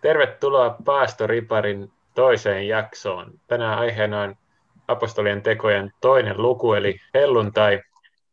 Tervetuloa Paastoriparin toiseen jaksoon. Tänään aiheena on apostolien tekojen toinen luku, eli helluntai.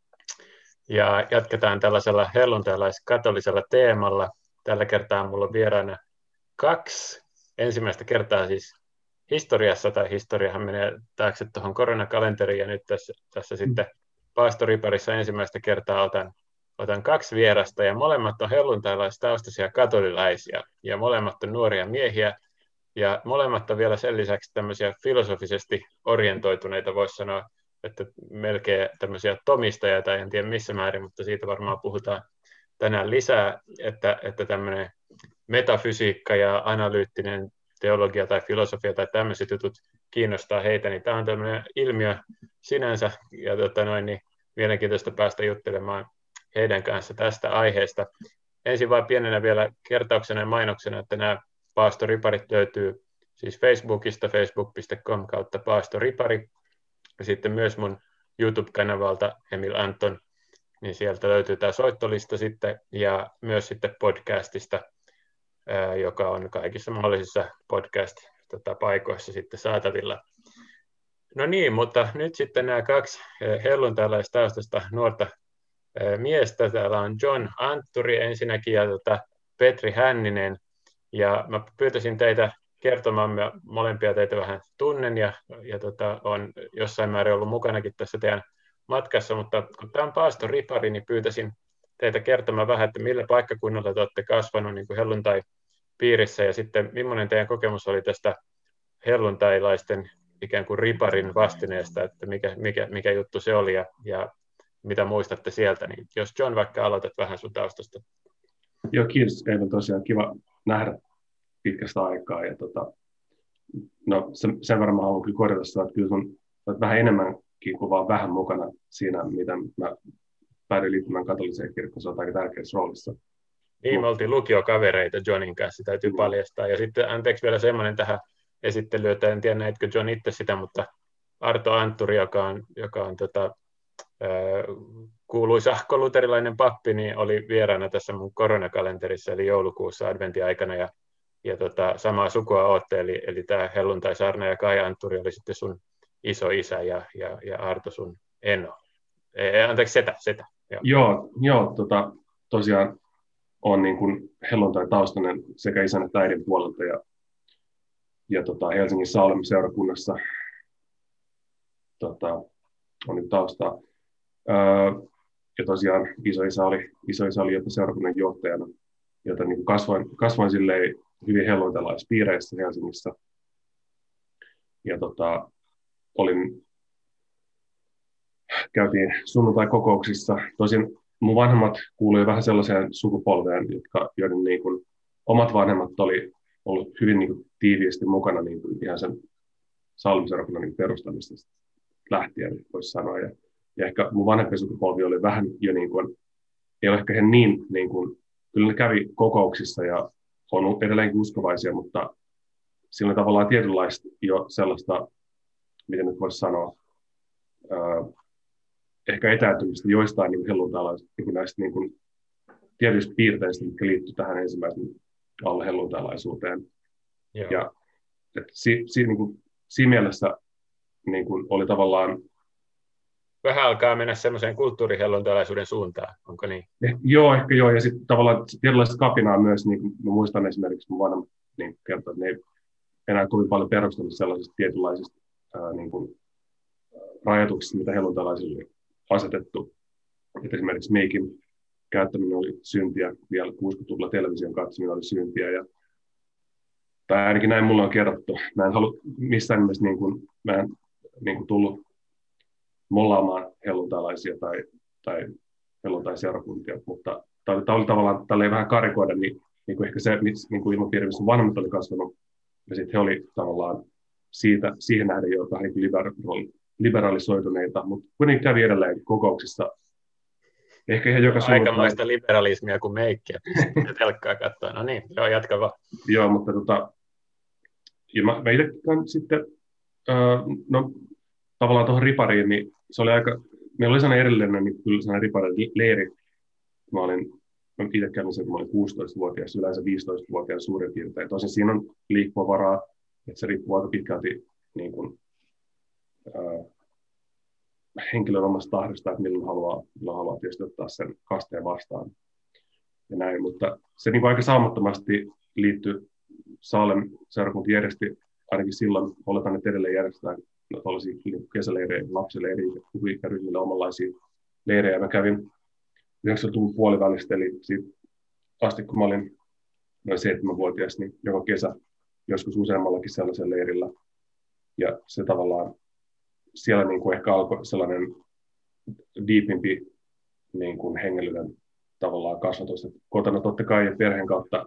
Ja jatketaan tällaisella helluntailaiskatolisella teemalla. Tällä kertaa minulla on vieraana kaksi. Ensimmäistä kertaa siis historiassa, tai historiahan menee taakse tuohon koronakalenteriin, ja nyt tässä sitten Paastoriparissa ensimmäistä kertaa otan kaksi vierasta, ja molemmat on helluntailais-taustaisia katolilaisia, ja molemmat on nuoria miehiä, ja molemmat on vielä sen lisäksi tämmöisiä filosofisesti orientoituneita, voisi sanoa, että melkein tämmöisiä tomistajia, tai en tiedä missä määrin, mutta siitä varmaan puhutaan tänään lisää, että tämmöinen metafysiikka ja analyyttinen teologia tai filosofia tai tämmöiset jutut kiinnostaa heitä, niin tämä on tämmöinen ilmiö sinänsä, ja niin mielenkiintoista päästä juttelemaan heidän kanssa tästä aiheesta. Ensin vain pienenä vielä kertauksena ja mainoksena, että nämä paastoriparit löytyy siis Facebookista, facebook.com/paastoripari, ja sitten myös mun YouTube-kanavalta Emil Anton, niin sieltä löytyy tämä soittolista sitten, ja myös sitten podcastista, joka on kaikissa mahdollisissa podcast-paikoissa sitten saatavilla. No niin, mutta nyt sitten nämä kaksi helluntailaistaustasta nuorta miestä. Täällä on John Antturi ensinnäkin ja Petri Hänninen. Ja mä pyytäisin teitä kertomaan, mä molempia teitä vähän tunnen ja on jossain määrin ollut mukanakin tässä teidän matkassa, mutta kun tämä on Paastoripari, niin pyytäisin teitä kertomaan vähän, että millä paikkakunnalla te olette kasvanut niin kuin helluntai-piirissä ja sitten millainen teidän kokemus oli tästä helluntailaisten ikään kuin riparin vastineesta, että mikä juttu se oli ja mitä muistatte sieltä, niin jos John vaikka aloitat vähän sun taustasta. Joo, kiitos. Eilen tosiaan kiva nähdä pitkästä aikaa. Ja no, sen verran mä haluan kyllä korjata sitä, että kyllä sun olet vähän enemmänkin kuin vaan vähän mukana siinä, mitä mä päädyin liittymään katoliseen kirkkoon. Se on aika tärkeässä roolissa. Niin, me oltiin lukiokavereita Johnin kanssa, täytyy paljastaa. Ja sitten anteeksi vielä semmoinen tähän esittelyyn, että en tiedä näitkö John itse sitä, mutta Arto Antturi, joka on kuuluisa luterilainen pappi, niin oli vieraana tässä mun koronakalenterissa, eli joulukuussa adventiaikana, ja samaa sukua ootte, eli tämä helluntai-saarna ja Kai Antturi oli sitten sun isoisä ja Arto sun eno. Anteeksi, setä. Joo, tosiaan on niin kuin helluntai-taustainen sekä isän että äidin puolelta ja Helsingin Salmi-seurakunnassa on nyt taustaa. Ja tosiaan isoisä oli jopa seurakunnan johtajana, jota niin kasvoin silleen hyvin helluntailaispiireissä Helsingissä. Ja käytiin sunnuntai-kokouksissa. Tosin mun vanhemmat kuului vähän sellaiseen sukupolveen, joiden niin kuin, omat vanhemmat oli ollut hyvin niin kuin, tiiviisti mukana niin kuin, ihan sen Salmi-seurakunnan niin perustamisesta lähtien, voisi sanoa. Ja ehkä mun vanhempi sukupolvi oli vähän jo niin kuin, ei ole ehkä he niin kuin, kyllä ne kävi kokouksissa ja on edelleenkin uskovaisia, mutta siinä oli tavallaan tietynlaista jo sellaista, miten nyt voisi sanoa, ehkä etääntymistä joistain niin helluntailaisista, niin näistä niin kuin, tietyistä piirteistä, mitkä liittyy tähän ensimmäisen alle helluntailaisuuteen. Joo. Ja siinä mielessä niin kuin, oli tavallaan vähän alkaa mennä semmoiseen kulttuurihelluntaalaisuuden suuntaan, onko niin? Joo, ehkä joo, ja sitten tavallaan tietynlaista kapinaa myös, niin kuin mä muistan esimerkiksi mun vanhemmat niin kertoo, että ne ei enää kovin paljon perustanut sellaisista tietynlaisista niin kuin, rajoituksista, mitä helluntalaisille oli asetettu. Että esimerkiksi meikin käyttäminen oli syntiä, vielä 60-luvulla television katsominen oli syntiä, tai ainakin näin mulle on kerrottu. Mä en halua missään nimessä, mä en tullut mollaamaan helluntalaisia tai helluntai-seurakuntia, mutta tämä oli tavallaan tälleen vähän karikoida, niin ehkä se niin ilmapiiri, missä vanhemmat oli kasvanut, ja sitten he oli tavallaan siihen nähden jo vähän liberalisoituneita, mutta kuitenkin kävi edelleen kokouksissa. Ehkä ihan joka suuntaan. Aikamaista liberalismia kuin meikkiä, pystyy telkkaa katsoa. No niin, joo, jatka vaan. Joo, mutta ja mä itse sitten, no tavallaan tuohon ripariin, niin se oli meillä oli sellainen erillinen, niin kyllä sellainen riparileiri. Mä olin mä itse kävin sen, kun mä olin 16-vuotias, yleensä 15-vuotiaan suurin piirtein. Tosin siinä on liikkumavaraa, että se riippuu aika pitkälti niin kuin, henkilön omasta tahdosta, että milloin haluaa tietysti ottaa sen kasteen vastaan. Ja näin, mutta se niin kuin aika saumattomasti liittyy Salem seurakunta järjesti, ainakin silloin, oletan, että edelleen järjestetään tuollaisia kesäleirejä, lapsileirejä, ikäryhmille omanlaisia leirejä. Mä kävin 90-luvun puolivälistä, eli siitä asti kun mä olin noin 7-vuotias, niin joka kesä joskus useammallakin sellaisella leirillä. Ja se tavallaan siellä niin kuin ehkä alkoi sellainen diipimpi niin kuin hengellinen tavallaan kasvatus. Et kotona totta kai ja perheen kautta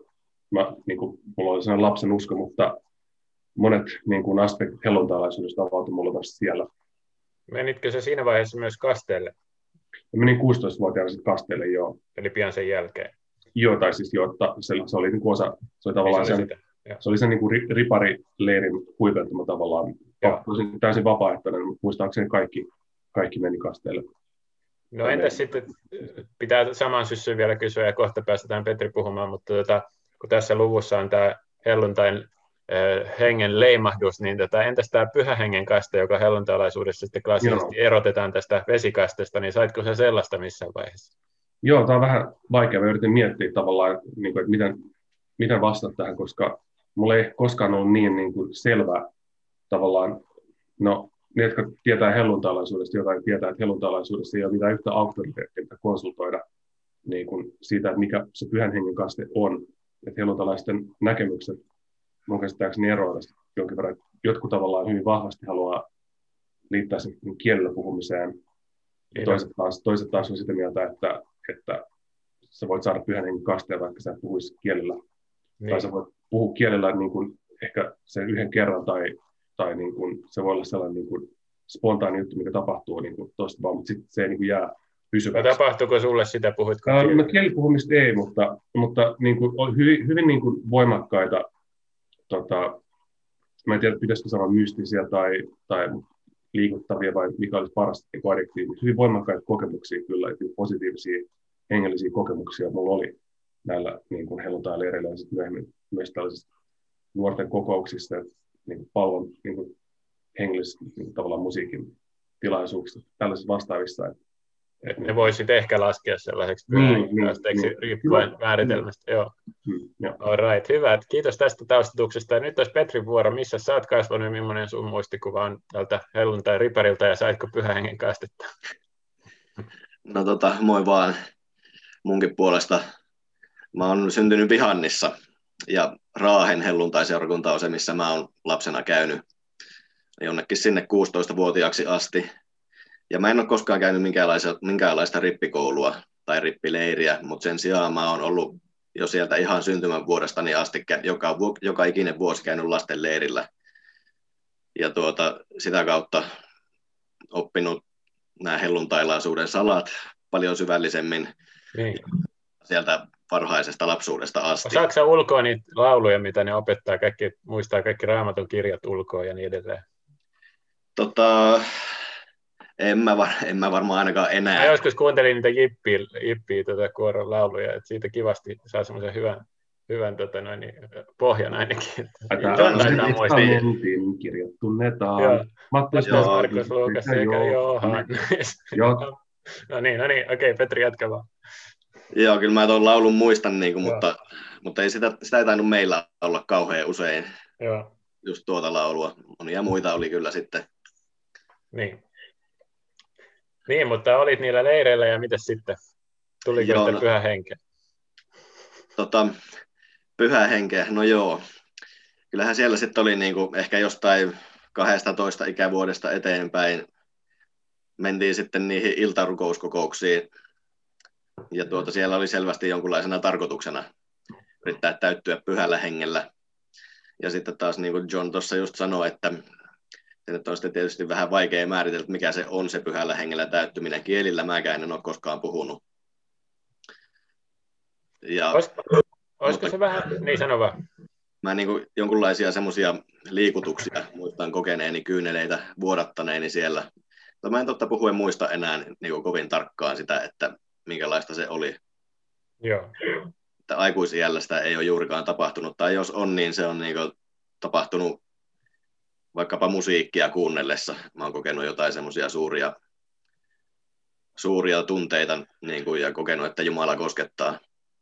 mulla oli sellainen lapsen usko, mutta monet niin kuin aspektit helluntailaisuudesta avautui mulle vasta siellä. Menitkö se siinä vaiheessa myös kasteelle? Mä menin 16-vuotiaana sitten kasteelle, joo. Eli pian sen jälkeen? Joo, tai siis joo, se oli niin kuin osa, se oli tavallaan se oli sen niin kuin riparileirin huipentuma tavallaan. Täysin vapaaehtoinen, mutta muistaakseni kaikki meni kasteelle. No entäs sitten, pitää saman syssyyn vielä kysyä ja kohta päästetään Petri puhumaan, mutta kun tässä luvussa on tämä helluntain hengen leimahdus, niin entäs tämä pyhä hengen kaste, joka helluntailaisuudessa sitten klassisesti erotetaan tästä vesikastesta, niin saitko sä sellaista missään vaiheessa? Joo, tämä on vähän vaikea. Mä yritin miettiä tavallaan, että miten vastata tähän, koska mulla ei koskaan ollut niin kuin selvä tavallaan, no ne, jotka tietää helluntailaisuudesta, jotain tietää, että helluntailaisuudessa ei ole mitään yhtä auktoriteettia, mitä konsultoida niin kuin siitä, että mikä se pyhän hengen kaste on. Että helluntalaisten näkemykset mun käsittääkseni eroavat jonkin verran. Jotkut tavallaan hyvin vahvasti haluaa liittää sen kielellä puhumiseen. Ja toiset taas on sitä mieltä, että sä voit saada pyhän hengen kasteen, vaikka sä puhuisit kielellä. Niin. Tai sä voit puhua kielellä niin kuin ehkä sen yhden kerran, tai niin kuin, se voi olla sellainen niin kuin spontaani juttu, mikä tapahtuu niin kuin tosta vaan, mutta sitten se ei niin kuin jää pysyväksi. No, tapahtuuko sulle sitä, puhuitko kielellä? No kielipuhumista ei, mutta niin kuin, on hyvin niin kuin voimakkaita, mä en tiedä, pitäisikö sanoa mystisiä tai liikuttavia vai mikä olisi paras niin adjektiivi, mutta hyvin voimakkaita kokemuksia kyllä, positiivisia hengellisiä kokemuksia mulla oli näillä niin kuin helluntaileireillä ja sitten myöhemmin myös tällaisissa nuorten kokouksissa, niin palvon niin hengellisistä niin tavallaan musiikin tilaisuuksista, tällaisissa vastaavissa. Ne voisit ehkä laskea sellaiseksi pyhäasteeksi riippuen määritelmästä. Joo. All right, hyvä. Kiitos tästä taustatuksesta. Ja nyt olisi Petrin vuoro. Missä sä oot kasvanut ja millainen sun muistikuva on tältä helluntai-riparilta ja saitko pyhän hengen kastetta? No moi vaan munkin puolesta. Mä oon syntynyt Vihannissa ja Raahen helluntaiseurakunta on se, missä mä oon lapsena käynyt jonnekin sinne 16-vuotiaaksi asti. Ja mä en ole koskaan käynyt minkäänlaista rippikoulua tai rippileiriä, mutta sen sijaan mä oon ollut jo sieltä ihan syntymän vuodestani asti joka ikinen vuosi käynyt lasten leirillä. Ja sitä kautta oppinut nämä helluntailaisuuden salat paljon syvällisemmin sieltä varhaisesta lapsuudesta asti. Osaatko sä ulkoa niitä lauluja, mitä ne opettaa, muistaa kaikki Raamatun kirjat ulkoa ja niin edelleen? En mä varmaan ainakaan enää. Mä joskus kuuntelin niitä jippiä kuoron lauluja, että siitä kivasti saa semmoisen hyvän pohjan ainakin. Testamentin kirjattu netaan. Matteus, Markus, Luukas sekä Johannes. No niin, okei, Petri, jatka vaan. Joo, kyllä mä tuon laulun muistan, mutta ei sitä ei tainnut meillä olla kauhean usein. Joo. Just tuota laulua. Monia muita oli kyllä sitten. Niin, mutta olit niillä leireillä ja mitäs sitten? Tuliko sitten pyhä henkeä? Pyhä henkeä, no joo. Kyllähän siellä sitten oli niinku ehkä jostain 12 ikävuodesta eteenpäin. Mentiin sitten niihin iltarukouskokouksiin. Ja siellä oli selvästi jonkunlaisena tarkoituksena yrittää täyttyä pyhällä hengellä. Ja sitten taas niin kuin John tuossa just sanoi, että se nyt on sitten tietysti vähän vaikea määritellä, mikä se on se pyhällä hengellä täyttyminen. Kielillä mäkään en ole koskaan puhunut. Olisiko se vähän, niin sano vaan. Mä niin kuin jonkunlaisia semmoisia liikutuksia muistan kokeneeni, kyyneleitä vuodattaneeni siellä. Mutta mä en totta puhuen muista enää niin kuin kovin tarkkaan sitä, että minkälaista se oli. Joo. Että aikuisiällä sitä ei ole juurikaan tapahtunut, tai jos on, niin se on niin kuin tapahtunut vaikkapa musiikkia kuunnellessa. Mä oon kokenut jotain semmoisia suuria tunteita niin kuin, ja kokenut, että Jumala koskettaa.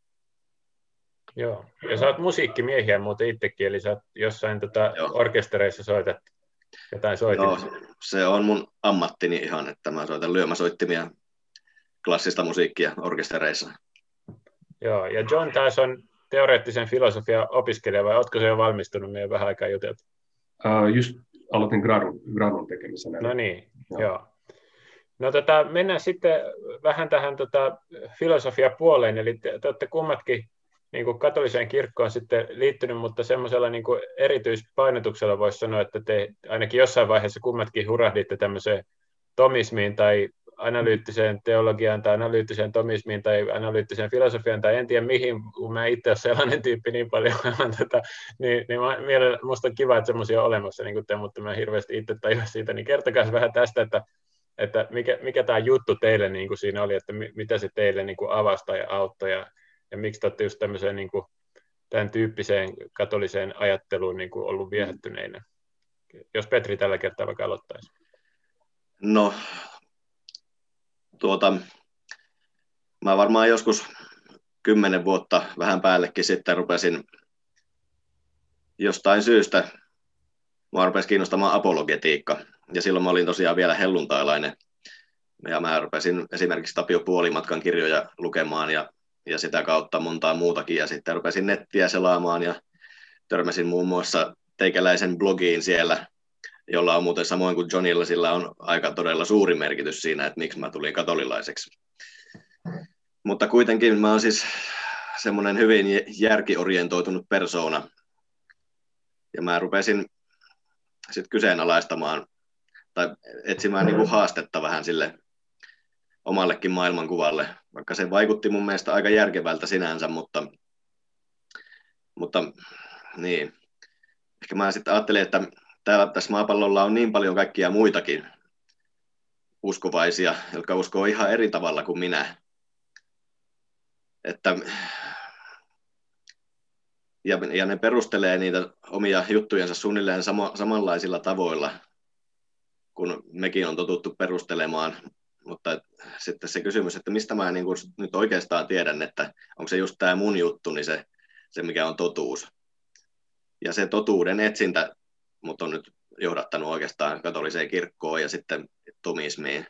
Joo. Ja sä oot musiikkimiehiä muuten itsekin, eli sä oot jossain orkestereissa soitat jotain soitimia. Joo, se on mun ammattini ihan, että mä soitan lyömäsoittimia, klassista musiikkia orkestereissa. Joo, ja John taas on teoreettisen filosofian opiskelija, vai ootko se jo valmistunut? Meidän vähän aikaa juteltu. Just aloitin gradun tekemisen. No niin, joo. No mennään sitten vähän tähän filosofiapuoleen, eli te olette kummatkin niin kuin katoliseen kirkkoon sitten liittynyt, mutta semmoisella niin kuin erityispainotuksella voisi sanoa, että te ainakin jossain vaiheessa kummatkin hurahditte tämmöiseen tomismiin tai analyyttiseen teologiaan tai analyyttiseen tomismiin tai analyyttiseen filosofiaan tai en tiedä mihin, kun mä itse olen sellainen tyyppi niin paljon, niin musta on kiva, että semmoisia on olemassa, niin kuin te, mutta mä hirveästi itse tajua siitä, niin kertokaa vähän tästä, että mikä tämä juttu teille niin kuin siinä oli, että mitä se teille niin kuin avasi tai auttoi ja miksi te olette just tämmöiseen niin kuin, tämän tyyppiseen katoliseen ajatteluun niin kuin ollut viehättyneinä. Jos Petri tällä kertaa vaikka aloittaisi. No, mä varmaan joskus 10 vuotta vähän päällekin sitten rupesin jostain syystä, mä rupesi kiinnostamaan apologetiikka. Ja silloin mä olin tosiaan vielä helluntailainen. Ja mä rupesin esimerkiksi Tapio Puolimatkan kirjoja lukemaan ja sitä kautta montaa muutakin. Ja sitten rupesin nettiä selaamaan ja törmäsin muun muassa teikäläisen blogiin siellä, jolla on muuten samoin kuin Johnilla, sillä on aika todella suuri merkitys siinä, että miksi mä tulin katolilaiseksi. Mutta kuitenkin mä oon siis semmoinen hyvin järkiorientoitunut persoona. Ja mä rupesin sitten kyseenalaistamaan tai etsimään niin kuin haastetta vähän sille omallekin maailmankuvalle, vaikka se vaikutti mun mielestä aika järkevältä sinänsä, mutta niin. Ehkä mä sitten ajattelin, että tässä maapallolla on niin paljon kaikkia muitakin uskovaisia, jotka uskoo ihan eri tavalla kuin minä. Ja ne perustelee niitä omia juttujensa suunnilleen samanlaisilla tavoilla, kun mekin on totuttu perustelemaan. Mutta sitten se kysymys, että mistä mä niin kuin nyt oikeastaan tiedän, että onko se just tämä mun juttu, niin se mikä on totuus. Ja se totuuden etsintä mut on nyt johdattanut oikeastaan katoliseen kirkkoon ja sitten tomismiin.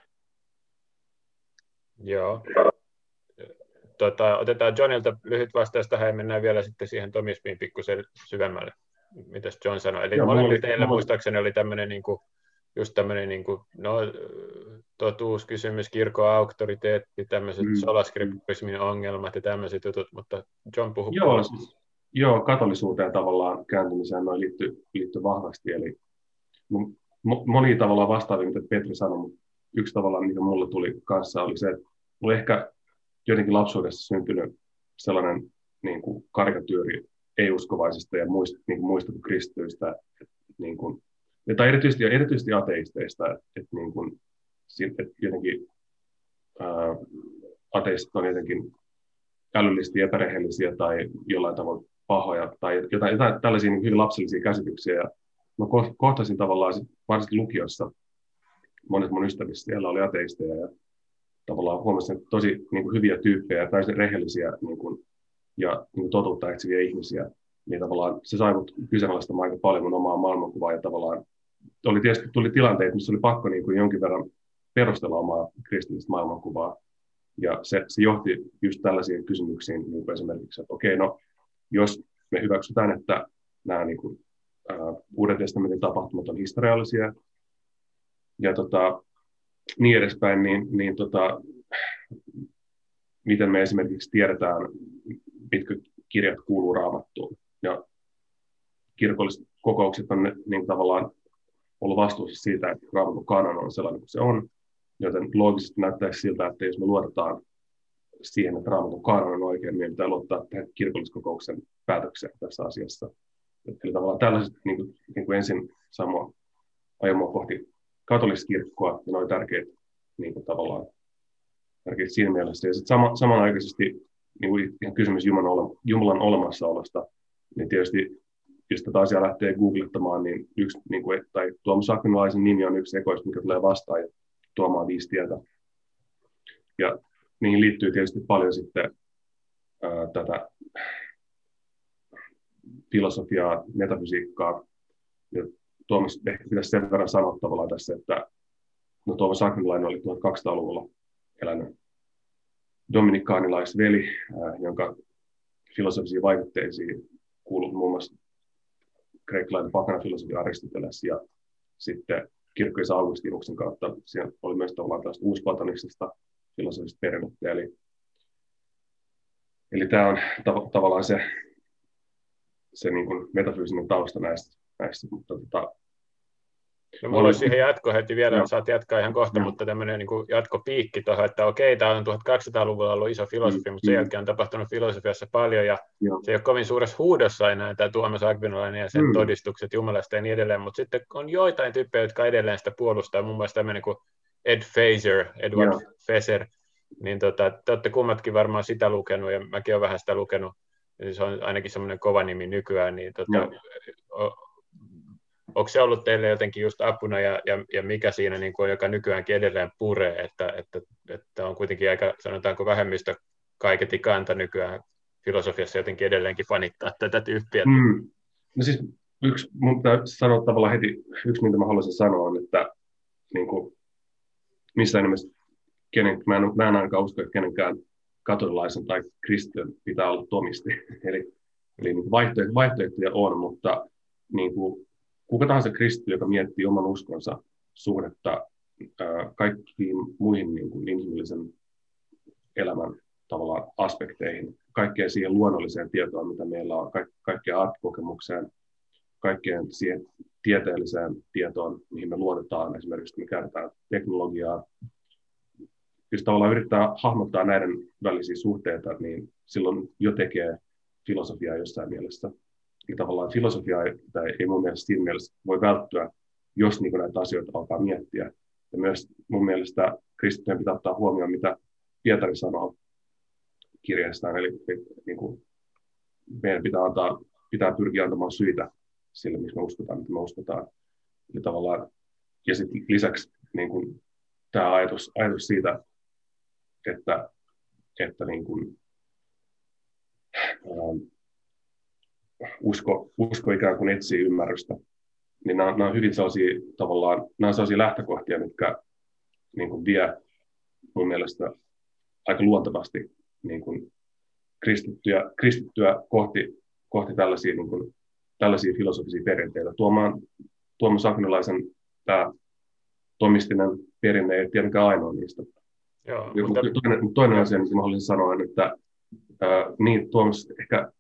Joo. Otetaan Johnilta lyhyt vastaus tähän ja mennään vielä sitten siihen tomismiin pikkusen syvemmälle. Mitäs John sanoi? Eli molemmilla teillä muistaakseni oli tämmöinen niinku, just tämmöinen niinku, totuuskysymys, kirkon auktoriteetti, tämmöiset solaskriptismin ongelmat ja tämmöiset jutut, mutta John puhui. Joo, katolisuuteen tavallaan kääntymiseen noin liittyy vahvasti, eli moni tavallaan vastaavia, mitä Petri sanoi, mutta yksi tavallaan, mikä mulle tuli kanssa, oli se, että mulla ehkä jotenkin lapsuudessa syntynyt sellainen niin kuin karikatyyri ei-uskovaisista ja muista kuin kristityistä, niin kuin, tai erityisesti ateisteista, että niin kuin, että jotenkin ateistit on jotenkin älyllisesti epärehellisiä tai jollain tavalla pahoja tai jotain tällaisia niin hyvin lapsellisia käsityksiä. Ja mä kohtasin tavallaan varsinkin lukiossa, monet mun ystävistä siellä oli ateisteja ja tavallaan huomasin, että tosi niin kuin hyviä tyyppejä, täysin rehellisiä niin kuin, ja niin kuin totuutta etsiviä ihmisiä. Niin tavallaan se sai mut kyseenalaistamaan aika paljon mun omaa maailmankuvaa ja tavallaan tuli tilanteita, missä oli pakko niin kuin jonkin verran perustella omaa kristillistä maailmankuvaa. Ja se johti just tällaisiin kysymyksiin, niin kuin esimerkiksi, että okei, no jos me hyväksytään, että nämä niin kuin, Uuden testamentin tapahtumat on historiallisia ja niin edespäin, niin miten me esimerkiksi tiedetään, mitkä kirjat kuuluu Raamattuun. Ja kirkolliset kokoukset on niin tavallaan ollut vastuussa siitä, että Raamatun kanon on sellainen kuin se on, joten loogisesti näyttäisi siltä, että jos me luotetaan siihen, että Raamatun kanon on oikein, niin pitää luottaa tähän kirkolliskokouksen päätökseen tässä asiassa. Eli tavallaan tällaiset niin kuin ensin samoin ajamaan kohti katolista kirkkoa, ja ne oli tärkeitä niin kuin tavallaan tärkeitä siinä mielessä. Ja sitten samanaikaisesti niin kuin ihan kysymys Jumalan olemassaolosta, niin tietysti jos tätä asiaa lähtee googlettamaan, niin yksi, niin kuin, tai Tuomas Akvinolaisen nimi on yksi ekoista, mikä tulee vastaan, ja tuomaan 5 tietä. Ja niihin liittyy tietysti paljon sitten tätä filosofiaa, metafysiikkaa. Ja Tuomas ehkä pitäisi sen verran sanoa tavallaan tässä, että no, Tuomas Akvinolainen oli 1200-luvulla elänyt dominikaanilaisveli, jonka filosofisiin vaikutteisiin kuului muun muassa kreikkalainen pakana filosofia Aristoteles ja sitten kirkkoisä Augustinuksen kautta siellä oli myös tavallaan tällaista uusplatonistista filosofista perinnettä. Eli tämä on tavallaan se niin kuin metafyysinen tausta näistä mutta no, mulla olisi siihen jatko heti vielä, saat jatkaa ihan kohta, mutta tämmöinen niin kuin jatkopiikki tuohon, että okei, tämä on 1200-luvulla ollut iso filosofia, mutta sen jälkeen on tapahtunut filosofiassa paljon, ja se ei ole kovin suuressa huudossa enää tämä Tuomas Akvinolainen ja sen todistukset Jumalasta ja niin edelleen, mutta sitten on joitain tyyppejä, jotka edelleen sitä puolustaa, muun muassa tämmöinen kuin Edward Feser, niin te olette kummatkin varmaan sitä lukenut, ja mäkin olen vähän sitä lukenut, ja se on ainakin semmoinen kova nimi nykyään, niin onko se ollut teille jotenkin just apuna ja mikä siinä, niin kuin, joka nykyäänkin edelleen puree, että on kuitenkin aika, sanotaanko, vähemmistö kaiketi kanta nykyään filosofiassa jotenkin edelleenkin fanittaa tätä tyyppiä? No siis mun pitää sanoa tavallaan heti, mitä mä haluaisin sanoa on, että niin kuin, missään nimessä mä en ainakaan usko, että kenenkään katolilaisen tai kristityn pitää olla tomisti. Eli niin vaihtoehtoja on, mutta niin kuin, kuka tahansa kristitty, joka miettii oman uskonsa suhdetta kaikkiin muihin niin kuin inhimillisen elämän tavallaan aspekteihin, kaikkeen siihen luonnolliseen tietoon, mitä meillä on, kaikkeen arkikokemukseen, kaikkeen siihen tieteelliseen tietoon, mihin me luotetaan, esimerkiksi kun me käytetään teknologiaa. Jos tavallaan yrittää hahmottaa näiden välisiä suhteita, niin silloin jo tekee filosofiaa jossain mielessä. Ja tavallaan filosofiaa ei mun mielestä siinä mielessä voi välttyä, jos niin näitä asioita alkaa miettiä. Ja myös mun mielestä kristittyjen pitää ottaa huomioon, mitä Pietari sanoo kirjeestään. Eli niin kuin meidän pitää pyrkiä antamaan syitä sille, miksi me uskotaan, mitä me uskotaan. Eli tavallaan, ja sitten lisäksi niin kuin tämä ajatus siitä, että niin kuin, usko ikään kuin etsii ymmärrystä, niin nämä on hyvin sellaisia lähtökohtia, mitkä niin kuin vie mun mielestä aika luontevasti niin kuin kristittyä kohti tällaisia, niin kuin, tällaisia filosofisia perinteitä. Tuomas Akvinolaisen tämä tomistinen perinne ei tietenkään ainoa niistä. Joo, mutta toinen asia, mitä mä haluaisin sanoa, on, että niin Tuomas ehkä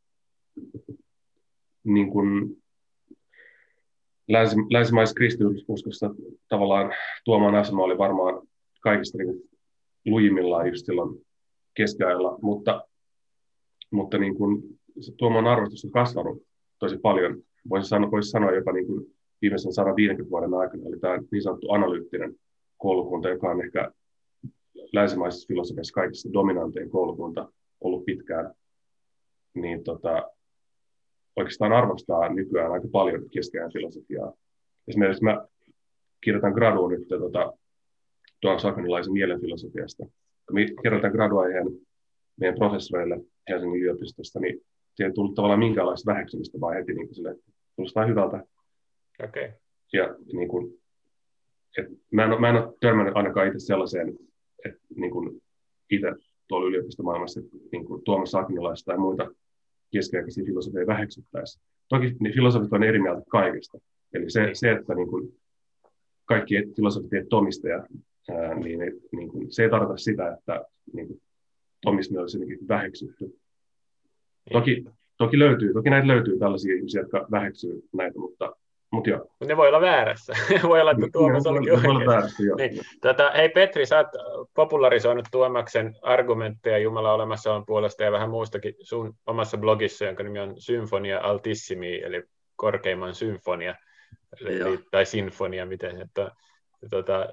niin kuin länsimaisessa kristinuskossa tavallaan Tuomaan asema oli varmaan kaikista niin lujimmillaan just silloin keskiajalla, mutta niin kuin Tuomaan arvostus on kasvanut tosi paljon. Voisi sanoa jopa niin kuin viimeisen 150 vuoden aikana, oli tämä niin sanottu analyyttinen koulukunta, joka on ehkä länsimaisessa filosofiassa kaikista dominantein koulukunta ollut pitkään, niin oikeastaan arvostaa nykyään aika paljon keskiajan filosofiaa. Esimerkiksi mä kirjoitan gradua nyt Tuomas Akvinolaisen mielenfilosofiasta. Kun me kirjoitan gradua meidän professoreille Helsingin yliopistosta, niin siihen ei tullut tavallaan minkäänlaista väheksymistä, vaan heti niin sille, että kuulostaa hyvältä. Okay. Ja niin kuin, mä en ole törmännyt ainakaan itse sellaiseen, että niin kuin itse tuolla yliopistomaailmassa niin kuin Tuomas Akvinolaista tai muita keskiaikaisia filosofeja väheksyttäisiin. Toki niin filosofit on eri mieltä kaikesta. Eli se että niin kuin kaikki filosofit eivät tomisteja, niin kuin, se ei tarkoita sitä, että niin kuin, tomismi olisi jotenkin väheksytty. Toki näitä löytyy tällaisia ihmisiä, jotka väheksyy näitä, mutta joo. Ne voi olla väärässä. Voi olla, että Tuomas olikin oikeassa. Niin. Hei Petri, sä oot popularisoinut Tuomaksen argumentteja Jumalan olemassaolon puolesta ja vähän muustakin sun omassa blogissa, jonka nimi on Symphonia Altissimi, eli korkeimman symfonia, tai sinfonia, miten että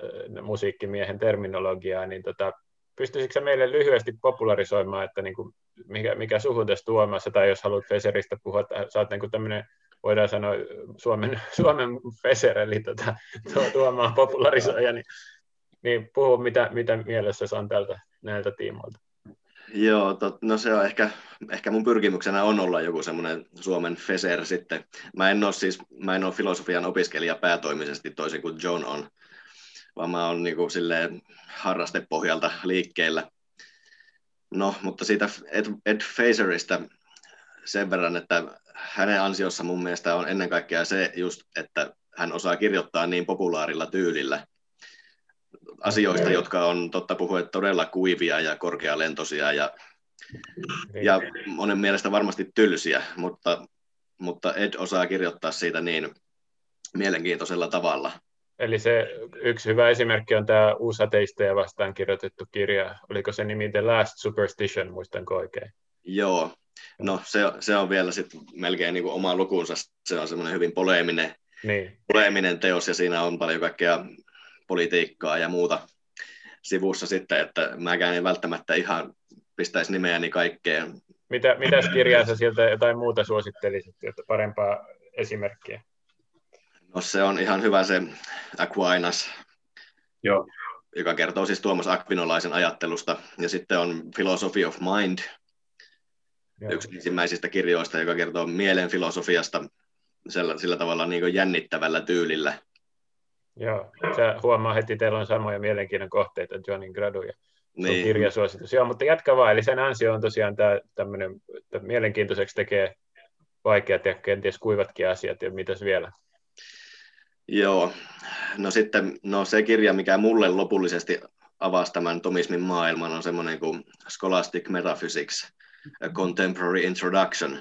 musiikkimiehen terminologiaa, niin pystyisikö sä meille lyhyesti popularisoimaan, että niin kuin, mikä suhun tässä Tuomassa, tai jos haluat Feseristä puhua, että sä oot niin tämmöinen, voidaan sanoa, Suomen Feser, eli Tuomaan popularisoija, niin puhu, mitä mielessä on näiltä tiimoilta. Joo, no se on ehkä mun pyrkimyksenä on olla joku semmoinen Suomen Feser sitten. Mä en ole filosofian opiskelija päätoimisesti toisin kuin John on, vaan mä oon niinku silleen harrastepohjalta liikkeellä. No, mutta siitä Ed Feseristä sen verran, että hänen ansiossa mun mielestä on ennen kaikkea se just, että hän osaa kirjoittaa niin populaarilla tyylillä asioista, jotka on totta puhuen todella kuivia ja korkealentoisia ja monen mielestä varmasti tylsiä, mutta Ed osaa kirjoittaa siitä niin mielenkiintoisella tavalla. Eli se yksi hyvä esimerkki on tämä uusateisteja vastaan kirjoitettu kirja. Oliko se nimi The Last Superstition, muistanko oikein? Joo, no se on vielä sitten melkein niin kuin oma lukunsa. Se on semmoinen hyvin poleeminen teos ja siinä on paljon kaikkea politiikkaa ja muuta sivussa sitten, että mäkään en välttämättä ihan pistäisi nimeäni kaikkeen. Mitäs kirjaa sä sieltä jotain muuta suosittelisit, että parempaa esimerkkiä? No se on ihan hyvä se Aquinas, Joo. joka kertoo siis Tuomas Aquinolaisen ajattelusta. Ja sitten on Philosophy of Mind, yksi ensimmäisistä kirjoista, joka kertoo mielen filosofiasta sillä tavalla niin kuin jännittävällä tyylillä. Joo, sä huomaa heti, teillä on samoja mielenkiinnon kohteita, Johnin gradu ja niin. Kirjasuositus. Joo, mutta jatka vaan, eli sen ansio on tosiaan tämä tämmöinen, että mielenkiintoiseksi tekee vaikeat ja kenties kuivatkin asiat, ja mitäs vielä? Joo, no sitten se kirja, mikä mulle lopullisesti avasi tämän tomismin maailman, on semmoinen kuin Scholastic Metaphysics, A Contemporary Introduction.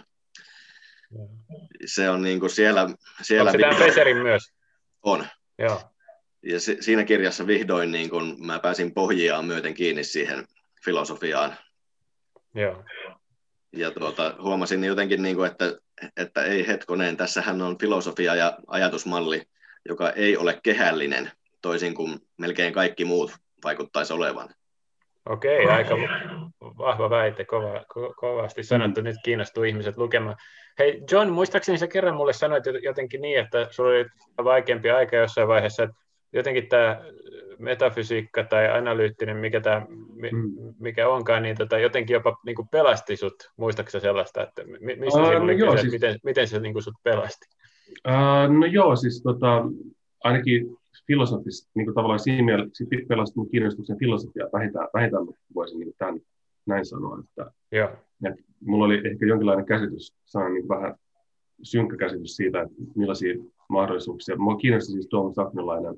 Se on niin kuin siellä onko se tämän Feserin myös? On. Joo. Ja siinä kirjassa vihdoin niin kun mä pääsin pohjiaan myöten kiinni siihen filosofiaan. Joo. Ja huomasin jotenkin, niin kuin, että ei hetkoneen, tässähän on filosofia ja ajatusmalli, joka ei ole kehällinen, toisin kuin melkein kaikki muut vaikuttaisi olevan. Okei, aika vahva väite, kovasti sanottu, nyt kiinnostuu ihmiset lukemaan. Hei John, muistaakseni sä kerran mulle sanoit jotenkin niin, että sulla oli vaikeampi aika jossain vaiheessa, että jotenkin tämä metafysiikka tai analyyttinen, mikä onkaan, niin jotenkin jopa niin kuin pelasti sut. Muistatko sellaista, että mistä miten se niin kuin sut pelasti? No joo, siis ainakin filosofisesti, niin kuin tavallaan siinä mielessä pelasti mun kiinnostuksen filosofiaa vähintään voisin niin tämän näin sanoa, että mulla oli ehkä jonkinlainen käsitys, niin vähän synkkä käsitys siitä, että millaisia mahdollisuuksia. Mua kiinnosti siis Tuomas Aquinolainen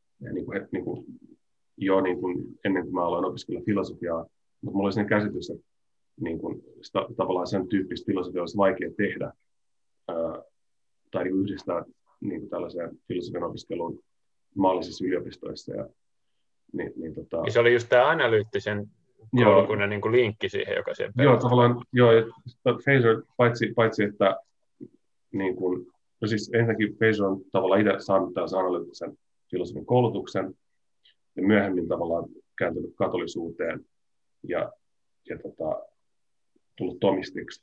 jo ennen kuin mä aloin opiskella filosofiaa, mutta mulla oli sellainen käsitys, että tavallaan sen tyyppistä filosofiaa olisi vaikea tehdä tai yhdistää tällaiseen filosofian opiskeluun maallisissa yliopistoissa. Se oli just tämä analyyttisen koulukunnan niin kuin linkki siihen, joka siihen perustuu. Joo, tavallaan, Feser, paitsi että siis ensinnäkin Feser on tavallaan itse saanut tällaisen analyyttisen filosofian koulutuksen ja myöhemmin tavallaan kääntynyt katolisuuteen ja tullut tomistiksi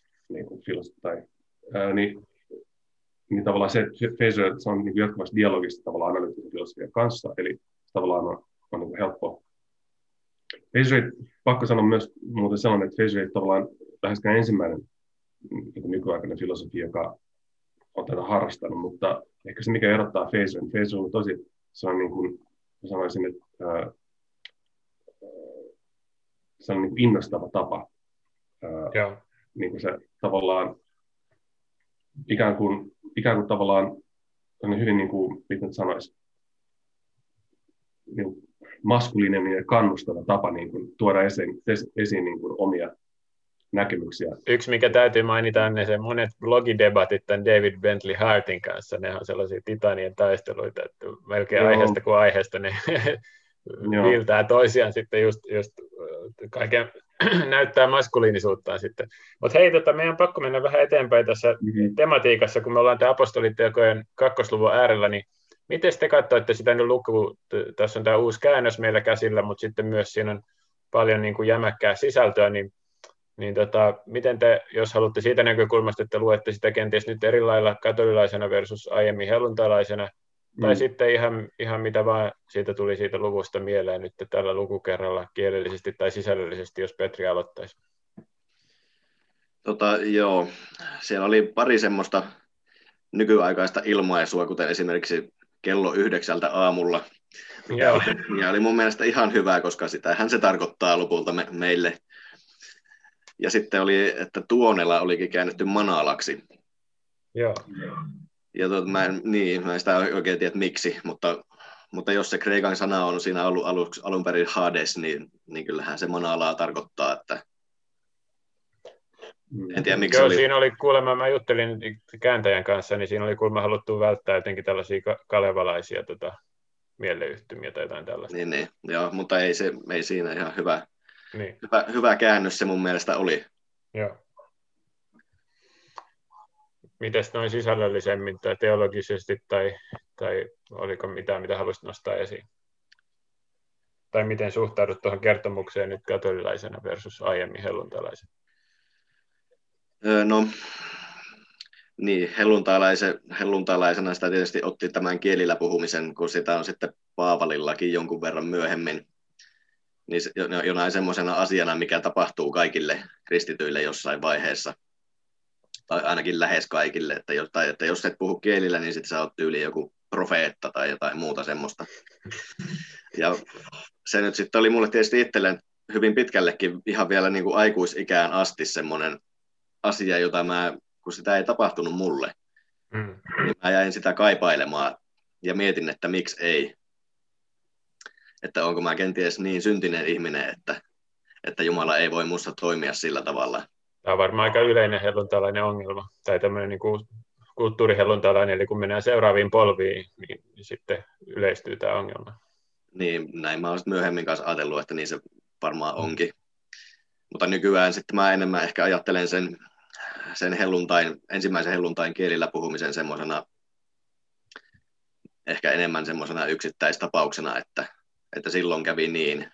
niin tavallaan se, että Feser on niin jatkuvasti dialogista tavallaan analyyttisen filosofian kanssa, eli tavallaan on niin helppo. Feser, pakko sanoa myös muuten sellainen, että Feser ei tavallaan läheskään ensimmäinen nykyaikainen filosofi, joka on tätä harrastanut, mutta ehkä se, mikä erottaa Feser on tosi, se on niin kuin, sanoisin, että se on niin kuin innostava tapa. Niin kuin se tavallaan ikään kuin tavallaan hyvin niin kuin, miten sanoisi, niin maskuliininen ja kannustava tapa niin kuin, tuoda esiin niin kuin, omia näkemyksiä. Yksi, mikä täytyy mainita, on se monet blogidebatit tämän David Bentley Hartin kanssa. Ne on sellaisia titanien taisteluita, että melkein aiheesta kuin aiheesta ne viiltää toisiaan sitten just kaiken näyttää maskuliinisuuttaan sitten. Mutta hei, meidän on pakko mennä vähän eteenpäin tässä tematiikassa, kun me ollaan tämä apostolitekojen 2. luvun äärellä, niin miten te katsoitte sitä nyt luku? Tässä on tämä uusi käännös meillä käsillä, mutta sitten myös siinä on paljon niin kuin jämäkkää sisältöä, niin Niin miten te, jos haluatte siitä näkökulmasta, että luette sitä kenties nyt eri lailla katolilaisena versus aiemmin helluntalaisena, tai sitten ihan mitä vaan siitä tuli siitä luvusta mieleen nyt tällä lukukerralla kielellisesti tai sisällöllisesti, jos Petri aloittaisi. Joo, siellä oli pari semmoista nykyaikaista ilmaisua, kuten esimerkiksi kello 9 aamulla, mikä oli mun mielestä ihan hyvä, koska sitähän se tarkoittaa lopulta meille. Ja sitten oli, että Tuonela olikin käännetty Manalaksi. Joo. Ja mä en sitä oikein tiedä miksi, mutta jos se kreikan sana on siinä ollut alun perin Hades, niin kyllähän se Manalaa tarkoittaa, että en tiedä miksi Joo, siinä oli kuulemma, mä juttelin kääntäjän kanssa, niin siinä oli kuulemma haluttu välttää jotenkin tällaisia kalevalaisia mieleyhtymiä tai jotain tällaista. Niin, joo, mutta ei siinä ihan hyvä, niin. hyvä käännös se mun mielestä oli. Joo. Mites noin sisällöllisemmin tai teologisesti tai oliko mitään, mitä haluaisit nostaa esiin? Tai miten suhtaudut tuohon kertomukseen nyt katolilaisena versus aiemmin helluntalaisena? No, niin, helluntalaisena sitä tietysti otti tämän kielillä puhumisen, kun sitä on sitten Paavalillakin jonkun verran myöhemmin. Niin jonain semmoisena asiana, mikä tapahtuu kaikille kristityille jossain vaiheessa. Tai ainakin lähes kaikille, että jos et puhu kielillä, niin sitten sä oot tyyli joku profeetta tai jotain muuta semmoista. Ja se nyt sitten oli mulle tietysti itselleen hyvin pitkällekin ihan vielä niin kuin aikuisikään asti semmoinen asia, jota kun sitä ei tapahtunut mulle, niin mä jäin sitä kaipailemaan ja mietin, että miksi ei. Että onko mä kenties niin syntinen ihminen, että Jumala ei voi musta toimia sillä tavalla. Tämä on varmaan aika yleinen helluntalainen ongelma, tai tämmöinen niin kuin kulttuurihelluntalainen, eli kun mennään seuraaviin polviin, niin sitten yleistyy tämä ongelma. Niin, näin mä oon myöhemmin kanssa ajatellut, että niin se varmaan onkin. Mutta nykyään sitten mä enemmän ehkä ajattelen sen ensimmäisen helluntain kielillä puhumisen semmoisena, ehkä enemmän semmoisena yksittäistapauksena, että silloin kävi niin.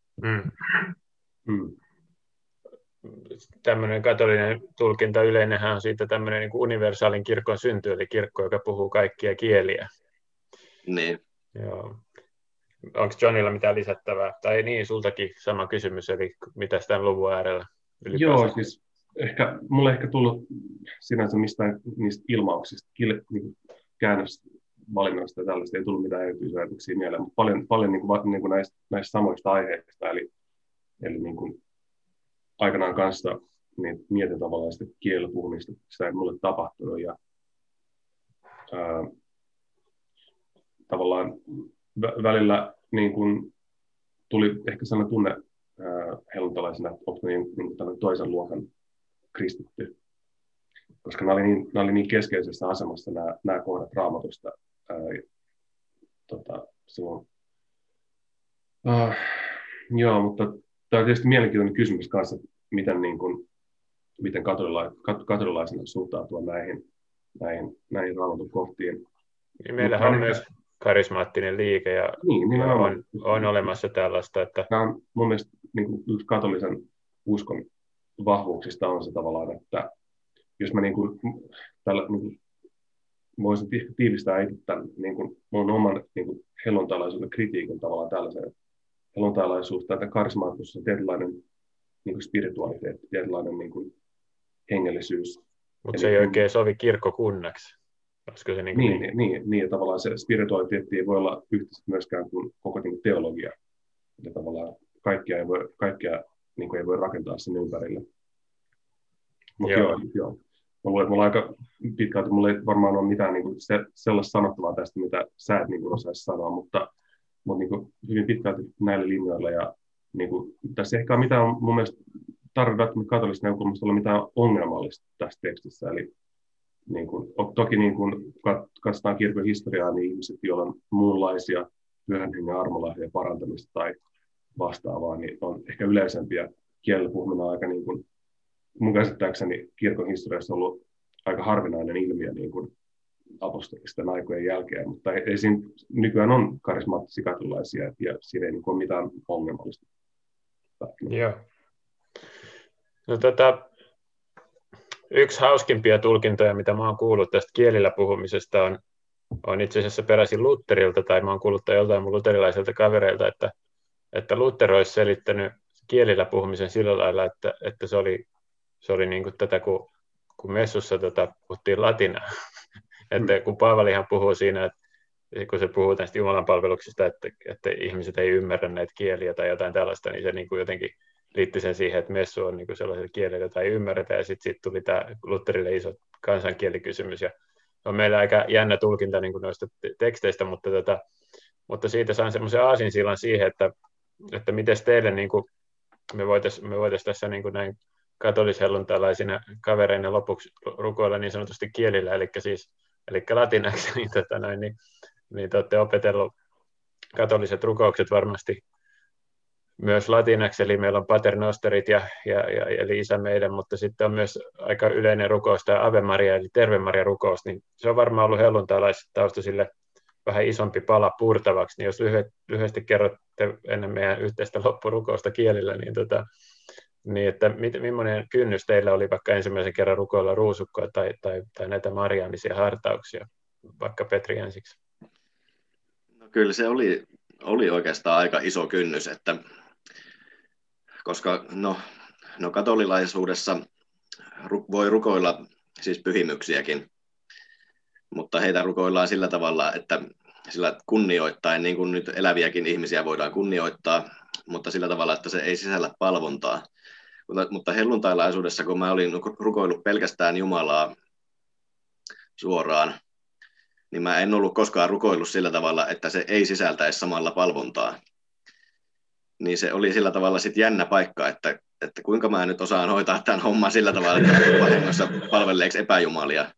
Tämmöinen katolinen tulkinta yleinenhän on siitä tämmöinen niin kuin universaalin kirkon synty, eli kirkko, joka puhuu kaikkia kieliä. Niin. Joo. Onko Johnilla mitään lisättävää? Tai niin, sultakin sama kysymys, eli mitä tämän luvun äärellä ylipäänsä? Joo, siis mulle ehkä tullut sinänsä mistään niistä ilmauksista, käännösvalinnoista ja tällaista ei tullut mitään erityisiä ajatuksia mieleen, mutta paljon niin kuin näistä samoista aiheista, eli niin kuin aikanaan kanssa niin mietin tavallaan sitä kielellä puhumista, sitä ei mulle tapahtunut ja tavallaan välillä niin kuin tuli ehkä sellainen tunne helluntalaisena, että onko niin tällainen toisen luokan kristitty, koska nämä oli niin keskeisessä asemassa nämä kohdat Raamatusta silloin. Joo, mutta tämä on tietysti mielenkiintoinen kysymys kanssa, että miten katolilaisena suhtautua näihin Raamatun kohtiin. Meillähän on myös karismaattinen liike ja on olemassa tällaista. Että tämä on mun mielestä niin kuin yksi katolisen uskon vahvuuksista on se tavallaan, että jos mä voisin tiivistää itse tämän mun oman helluntalaisuuden kritiikin tavallaan tällaisen helluntalaisuus tai karismaattisuus on tietynlainen spiritualiteetti, tietynlainen hengellisyys. Mutta se ei oikein sovi kirkkokunnaksi. Se niin, tavallaan se spiritualiteetti ei voi olla yhtä myöskään kuin koko teologia. Ja tavallaan kaikkia ei voi rakentaa sen ympärille. Mutta joo. Mä luulen, että mulla aika pitkälti, mulla ei varmaan ole mitään sellaista sanottavaa tästä, mitä sä et osaisi sanoa, mutta hyvin pitkälti näillä linjoilla. Ja tässä ehkä mitään mun mielestä tarvitse välttämättä katolisesta näkökulmasta olla mitään ongelmallista tässä tekstissä. Eli toki kun katsotaan kirkon historiaa, niin ihmiset, joilla on muunlaisia pyhän hengen armolahjoja parantamista tai vastaavaa, niin on ehkä yleisempiä kielellä puhuminen aika mun käsittääkseni kirkon historiassa ollut aika harvinainen ilmiö apostolisten aikojen jälkeen, mutta ei siinä nykyään on karismaattisia katolilaisia ja siinä ei ole mitään ongelmallista. Joo. No, yksi hauskimpia tulkintoja, mitä mä oon kuullut tästä kielillä puhumisesta, on itse asiassa peräisin Lutherilta, tai mä oon kuullut joltain mun luterilaiselta kavereilta, että Luther olisi selittänyt kielillä puhumisen sillä lailla, että se oli niin kuin tätä, kun messussa puhuttiin latinaa. Että kun Paavalihan puhuu siinä, että kun se puhuu tästä Jumalan palveluksesta, että ihmiset ei ymmärrä näitä kieliä tai jotain tällaista, niin se niin kuin jotenkin liitti sen siihen, että messu on niin kuin sellaisella kielellä, jota ei ymmärretä, ja sitten tuli tämä Lutherille iso kansankielikysymys, ja on meillä aika jännä tulkinta niin kuin noista teksteistä, mutta siitä saan semmoisen aasinsillan siihen, että miten teille niin kuin me voitaisiin tässä niin kuin näin katolishelluntalaisina kavereina lopuksi rukoilla niin sanotusti kielillä, eli latinaksi, niin te olette opetellut katoliset rukoukset varmasti myös latinaksi, eli meillä on Pater Nosterit eli Isä meidän, mutta sitten on myös aika yleinen rukous, tämä Ave Maria, eli Terve Maria rukous, niin se on varmaan ollut helluntalaistaustasille vähän isompi pala purtavaksi, niin jos lyhyesti kerrotte ennen meidän yhteistä loppurukousta kielillä, niin että millainen kynnys teillä oli vaikka ensimmäisen kerran rukoilla ruusukkoa tai näitä marianisia hartauksia, vaikka Petri ensiksi? No kyllä se oli oikeastaan aika iso kynnys, että koska katolilaisuudessa voi rukoilla siis pyhimyksiäkin, mutta heitä rukoillaan sillä tavalla, että sillä kunnioittain, niin kuin nyt eläviäkin ihmisiä voidaan kunnioittaa, mutta sillä tavalla, että se ei sisällä palvontaa. Mutta helluntailaisuudessa, kun mä olin rukoillut pelkästään Jumalaa suoraan, niin mä en ollut koskaan rukoillut sillä tavalla, että se ei sisältäisi samalla palvontaa. Niin se oli sillä tavalla sitten jännä paikka, että kuinka mä nyt osaan hoitaa tämän homman sillä tavalla, että vahingossa palvelleeksi epäjumalia.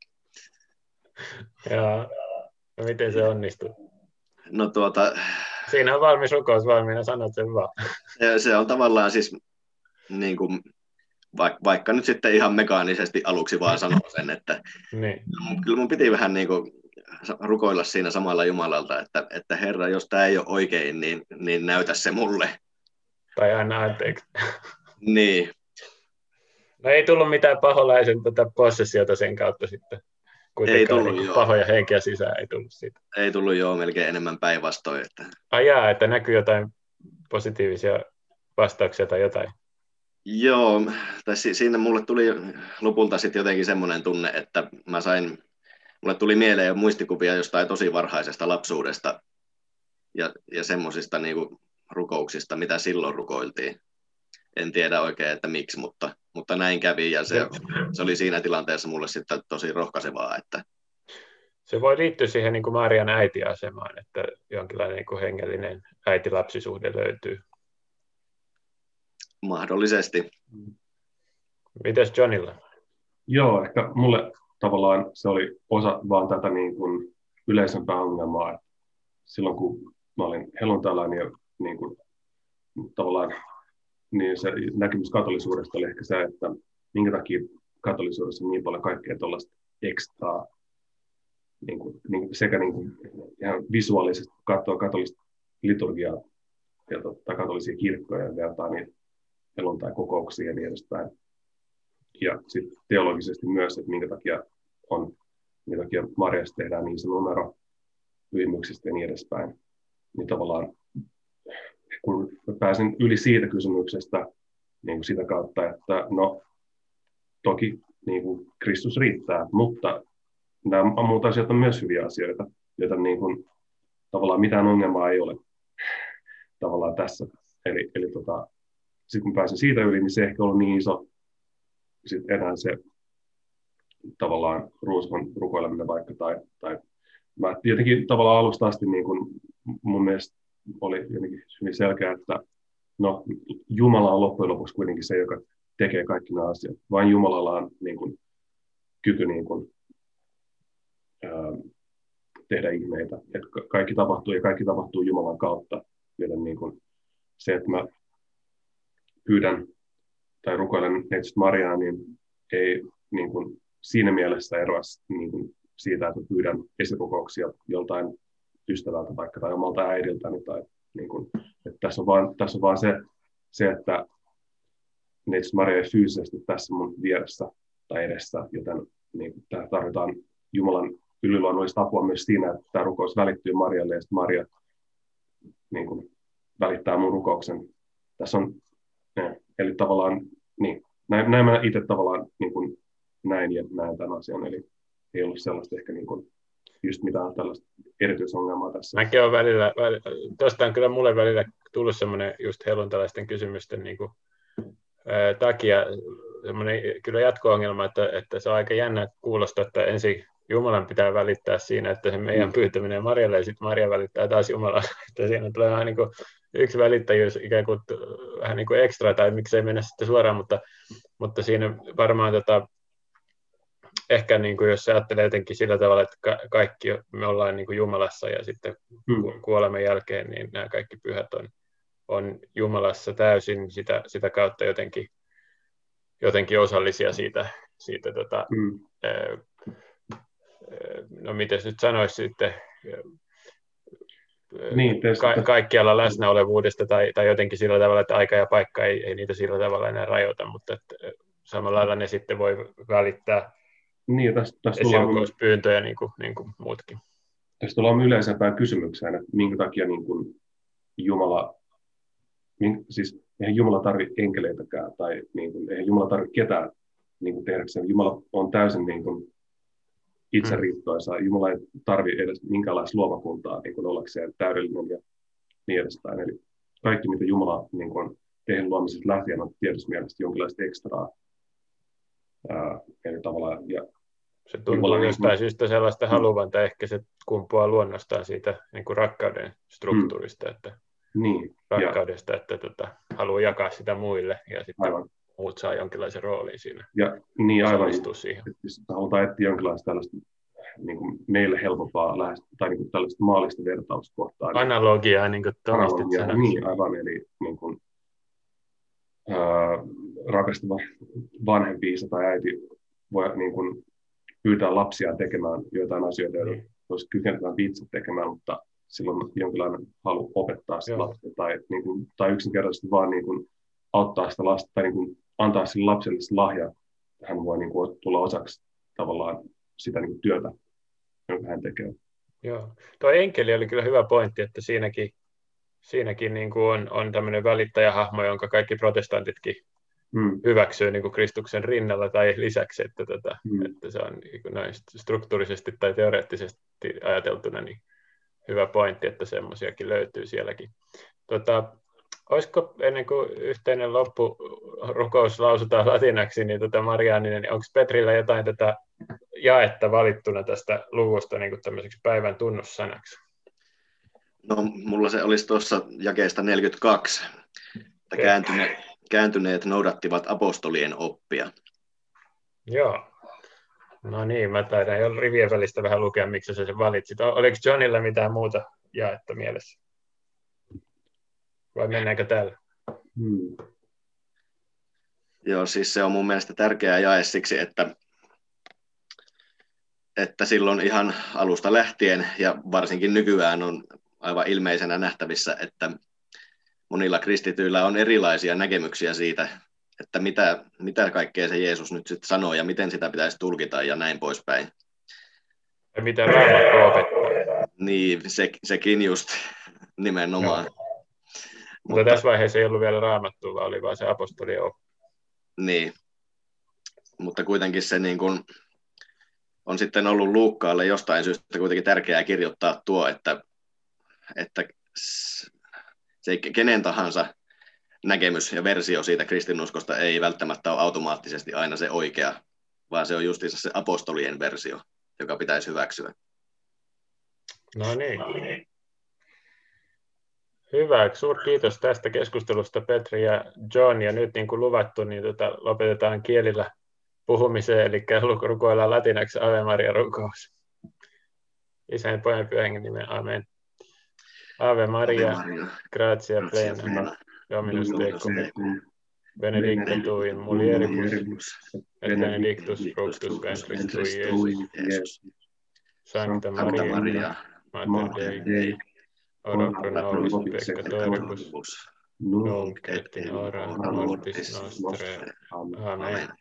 Joo, no miten se onnistui? No siinä on valmis rukous valmiina, sanot sen vaan. Se on tavallaan siis, niin kuin, vaikka nyt sitten ihan mekaanisesti aluksi vaan sanon sen, että niin. Kyllä mun piti vähän niin kuin rukoilla siinä samalla Jumalalta, että Herra, jos tämä ei ole oikein, niin näytä se mulle. Tai anna anteeksi. Niin. No ei tullut mitään paholaisen possessiota sen kautta sitten. Ei tullut, niin pahoja henkeä sisään ei tullut siitä. Ei tullut melkein enemmän päinvastoin. Että... että näkyy jotain positiivisia vastauksia tai jotain. Joo, siinä mulle tuli lopulta sitten jotenkin semmoinen tunne, että mulle tuli mieleen jo muistikuvia jostain tosi varhaisesta lapsuudesta ja semmoisista niinku rukouksista, mitä silloin rukoiltiin. En tiedä oikein, että miksi, mutta näin kävi ja se oli siinä tilanteessa mulle sitten tosi rohkaisevaa. Että... Se voi liittyä siihen niin kuin Marian äitiasemaan, että jonkinlainen niin kuin hengellinen äiti-lapsisuhde löytyy. Mahdollisesti. Mites Johnilla? Joo, ehkä mulle tavallaan se oli osa vaan tätä niin kuin yleisempää ongelmaa. Että silloin kun mä olin helluntailainen ja niin kuin, tavallaan niin se näkemys katolisuudesta oli ehkä se, että minkä takia katolisuudessa on niin paljon kaikkea tuollaista ekstraa, sekä niin kuin ihan visuaalisesti katsoa katolista liturgiaa ja katolisia kirkkoja ja vertaa niitä helluntai-kokouksia ja niin edespäin. Ja sitten teologisesti myös, että minkä takia Mariasta tehdään niin se numero pyhimyksistä ja niin edespäin. Niin tavallaan kun pääsin yli siitä kysymyksestä niin kuin sitä kautta, että no toki niin kuin Kristus riittää, mutta nämä muut asiat on myös hyviä asioita, joita niin kuin, tavallaan mitään ongelmaa ei ole tavallaan tässä. Eli sitten kun pääsin siitä yli, niin se ehkä ollut niin iso sitten enää se tavallaan ruuskon rukoileminen vaikka tai mä tietenkin tavallaan alusta asti niin kuin mun mielestä oli jotenkin hyvin selkeä, että no, Jumala on loppujen lopuksi kuitenkin se, joka tekee kaikki nämä asiat. Vain Jumalalla on niin kuin, kyky niin kuin, tehdä ihmeitä. Että kaikki tapahtuu Jumalan kautta. Joten niin kuin, se, että mä pyydän tai rukoilen Neitsyt Mariaa, niin ei niin kuin, siinä mielessä eroa niin kuin, siitä, että pyydän esikokouksia joltain ystävältä vaikka tai omalta äidiltäni tai niin kuin, että tässä on vaan se, että neitsyt Maria ei fyysisesti tässä mun vieressä tai edessä, joten niin tarvitaan Jumalan yliluonnollista apua myös siinä, että tämä rukous välittyy Marialle ja sitten Maria niin kuin välittää mun rukouksen. Tässä on, eli tavallaan, niin, näin mä itse tavallaan niin kuin näin ja näen tämän asian, eli ei ollut sellaista ehkä niin kuin just mitään tällaista erityisongelmaa tässä. Mäkin olen tuosta on kyllä mulle välillä tullut semmoinen just helluntalaisten kysymysten niin kuin, takia semmoinen kyllä jatko-ongelma, että se on aika jännä kuulostaa, että ensin Jumalan pitää välittää siinä, että se meidän pyytäminen Marialle ja sitten Maria välittää taas Jumalalle, että siinä tulee vähän niin kuin yksi välittäjyys ikään kuin vähän niin kuin ekstra, tai miksei mennä sitten suoraan, mutta siinä varmaan ehkä niin kuin jos ajattelee jotenkin sillä tavalla, että kaikki me ollaan niin kuin Jumalassa ja sitten kuoleman jälkeen, niin nämä kaikki pyhät on Jumalassa täysin sitä kautta jotenkin osallisia siitä no miten nyt sanoisi sitten, niin, kaikkialla läsnäolevuudesta tai jotenkin sillä tavalla, että aika ja paikka ei niitä sillä tavalla enää rajoita, mutta että samalla lailla ne sitten voi välittää niin, tästä esirukouspyyntöjä niin kuin muutkin. Tässä tullaan yleisempään kysymykseen, että minkä takia niin kuin Jumala, siis eihän Jumala tarvitse enkeleitäkään, tai niin kuin, eihän Jumala tarvitse ketään niin kuin tehdäkseen. Jumala on täysin niin kuin itseriittoisa. Jumala ei tarvitse edes minkäänlaista luomakuntaa niin kuin ollakseen täydellinen ja niin edespäin. Eli kaikki, mitä Jumala niin kuin on tehnyt luomisesta lähtien, on tietysti mielestä jonkinlaista ekstraa. Eli tavallaan, ja se tuntuu jostain syystä sellaista haluvan, tai ehkä se kumpuaa luonnostaan siitä niin kuin rakkauden struktuurista, että rakkaudesta, että haluaa jakaa sitä muille, ja sitten muut saa jonkinlaisen roolin siinä. Ja niin aivan, siihen. Halutaan etsiä jonkinlaista tällaista niin kuin meille helpompaa tai niin kuin tällaista maallista vertauskohtaa. Analogiaa, niin kuin tomistit sanoa. Niin, aivan, eli niin kuin, rakastava vanhempi isä tai äiti voi niin kuin pyytää lapsia tekemään joitain asioita, joita olisi kykenevän itse tekemään, mutta silloin jonkinlainen halu opettaa sitä lasta tai yksinkertaisesti vaan niin kuin auttaa sitä lasta tai niin kuin antaa sille lapselle lahja. Hän voi niin kuin tulla osaksi tavallaan sitä niin kuin työtä, jonka hän tekee. Joo. Tuo enkeli oli kyllä hyvä pointti, että siinäkin niin kuin on tämmöinen välittäjähahmo, jonka kaikki protestantitkin hyväksyy niin kuin Kristuksen rinnalla tai lisäksi, että se on niin näin struktuurisesti tai teoreettisesti ajateltuna niin hyvä pointti, että semmoisiakin löytyy sielläkin. Olisiko ennen kuin yhteinen loppurukous lausutaan latinaksi, niin Marianinen, niin onko Petrillä jotain tätä jaetta valittuna tästä luvusta niin kuin tämmöiseksi päivän tunnussanaksi? No, mulla se olisi tuossa jakeesta 42, että kääntyneet noudattivat apostolien oppia. Joo. No niin, mä taidan jo rivien välistä vähän lukea, miksi sä sen valitsit. Oliko Johnilla mitään muuta jaetta mielessä? Vai mennäänkö tällä? Joo, siis se on mun mielestä tärkeä jae siksi, että silloin ihan alusta lähtien ja varsinkin nykyään on aivan ilmeisenä nähtävissä, että monilla kristityillä on erilaisia näkemyksiä siitä, että mitä kaikkea se Jeesus nyt sitten sanoo ja miten sitä pitäisi tulkita ja näin poispäin. Ja mitä Raamattu opettaa. Niin, sekin just nimenomaan. No. Mutta tässä vaiheessa ei ollut vielä Raamattua, vaan oli vaan se apostolien oppi. Niin, mutta kuitenkin se niin kuin on sitten ollut Luukkaalle jostain syystä kuitenkin tärkeää kirjoittaa tuo, että se kenen tahansa näkemys ja versio siitä kristinuskosta ei välttämättä ole automaattisesti aina se oikea, vaan se on justiinsa se apostolien versio, joka pitäisi hyväksyä. No niin. Hyvä, kiitos tästä keskustelusta Petri ja John, ja nyt niin kuin luvattu, niin lopetetaan kielillä puhumiseen, eli rukoillaan latinaksi Ave Maria rukous. Isän ja Pojan Pyhän Hengen nimen, amen. Ave Maria, gratia plena, Dominus tecum, benedicta tu in mulieribus, et benedictus fructus ventris tui, Iesus. Sancta Maria, Mater Dei, ora pro nobis peccatoribus, Nunc nunc et in hora mortis nostre. Amen. Amen.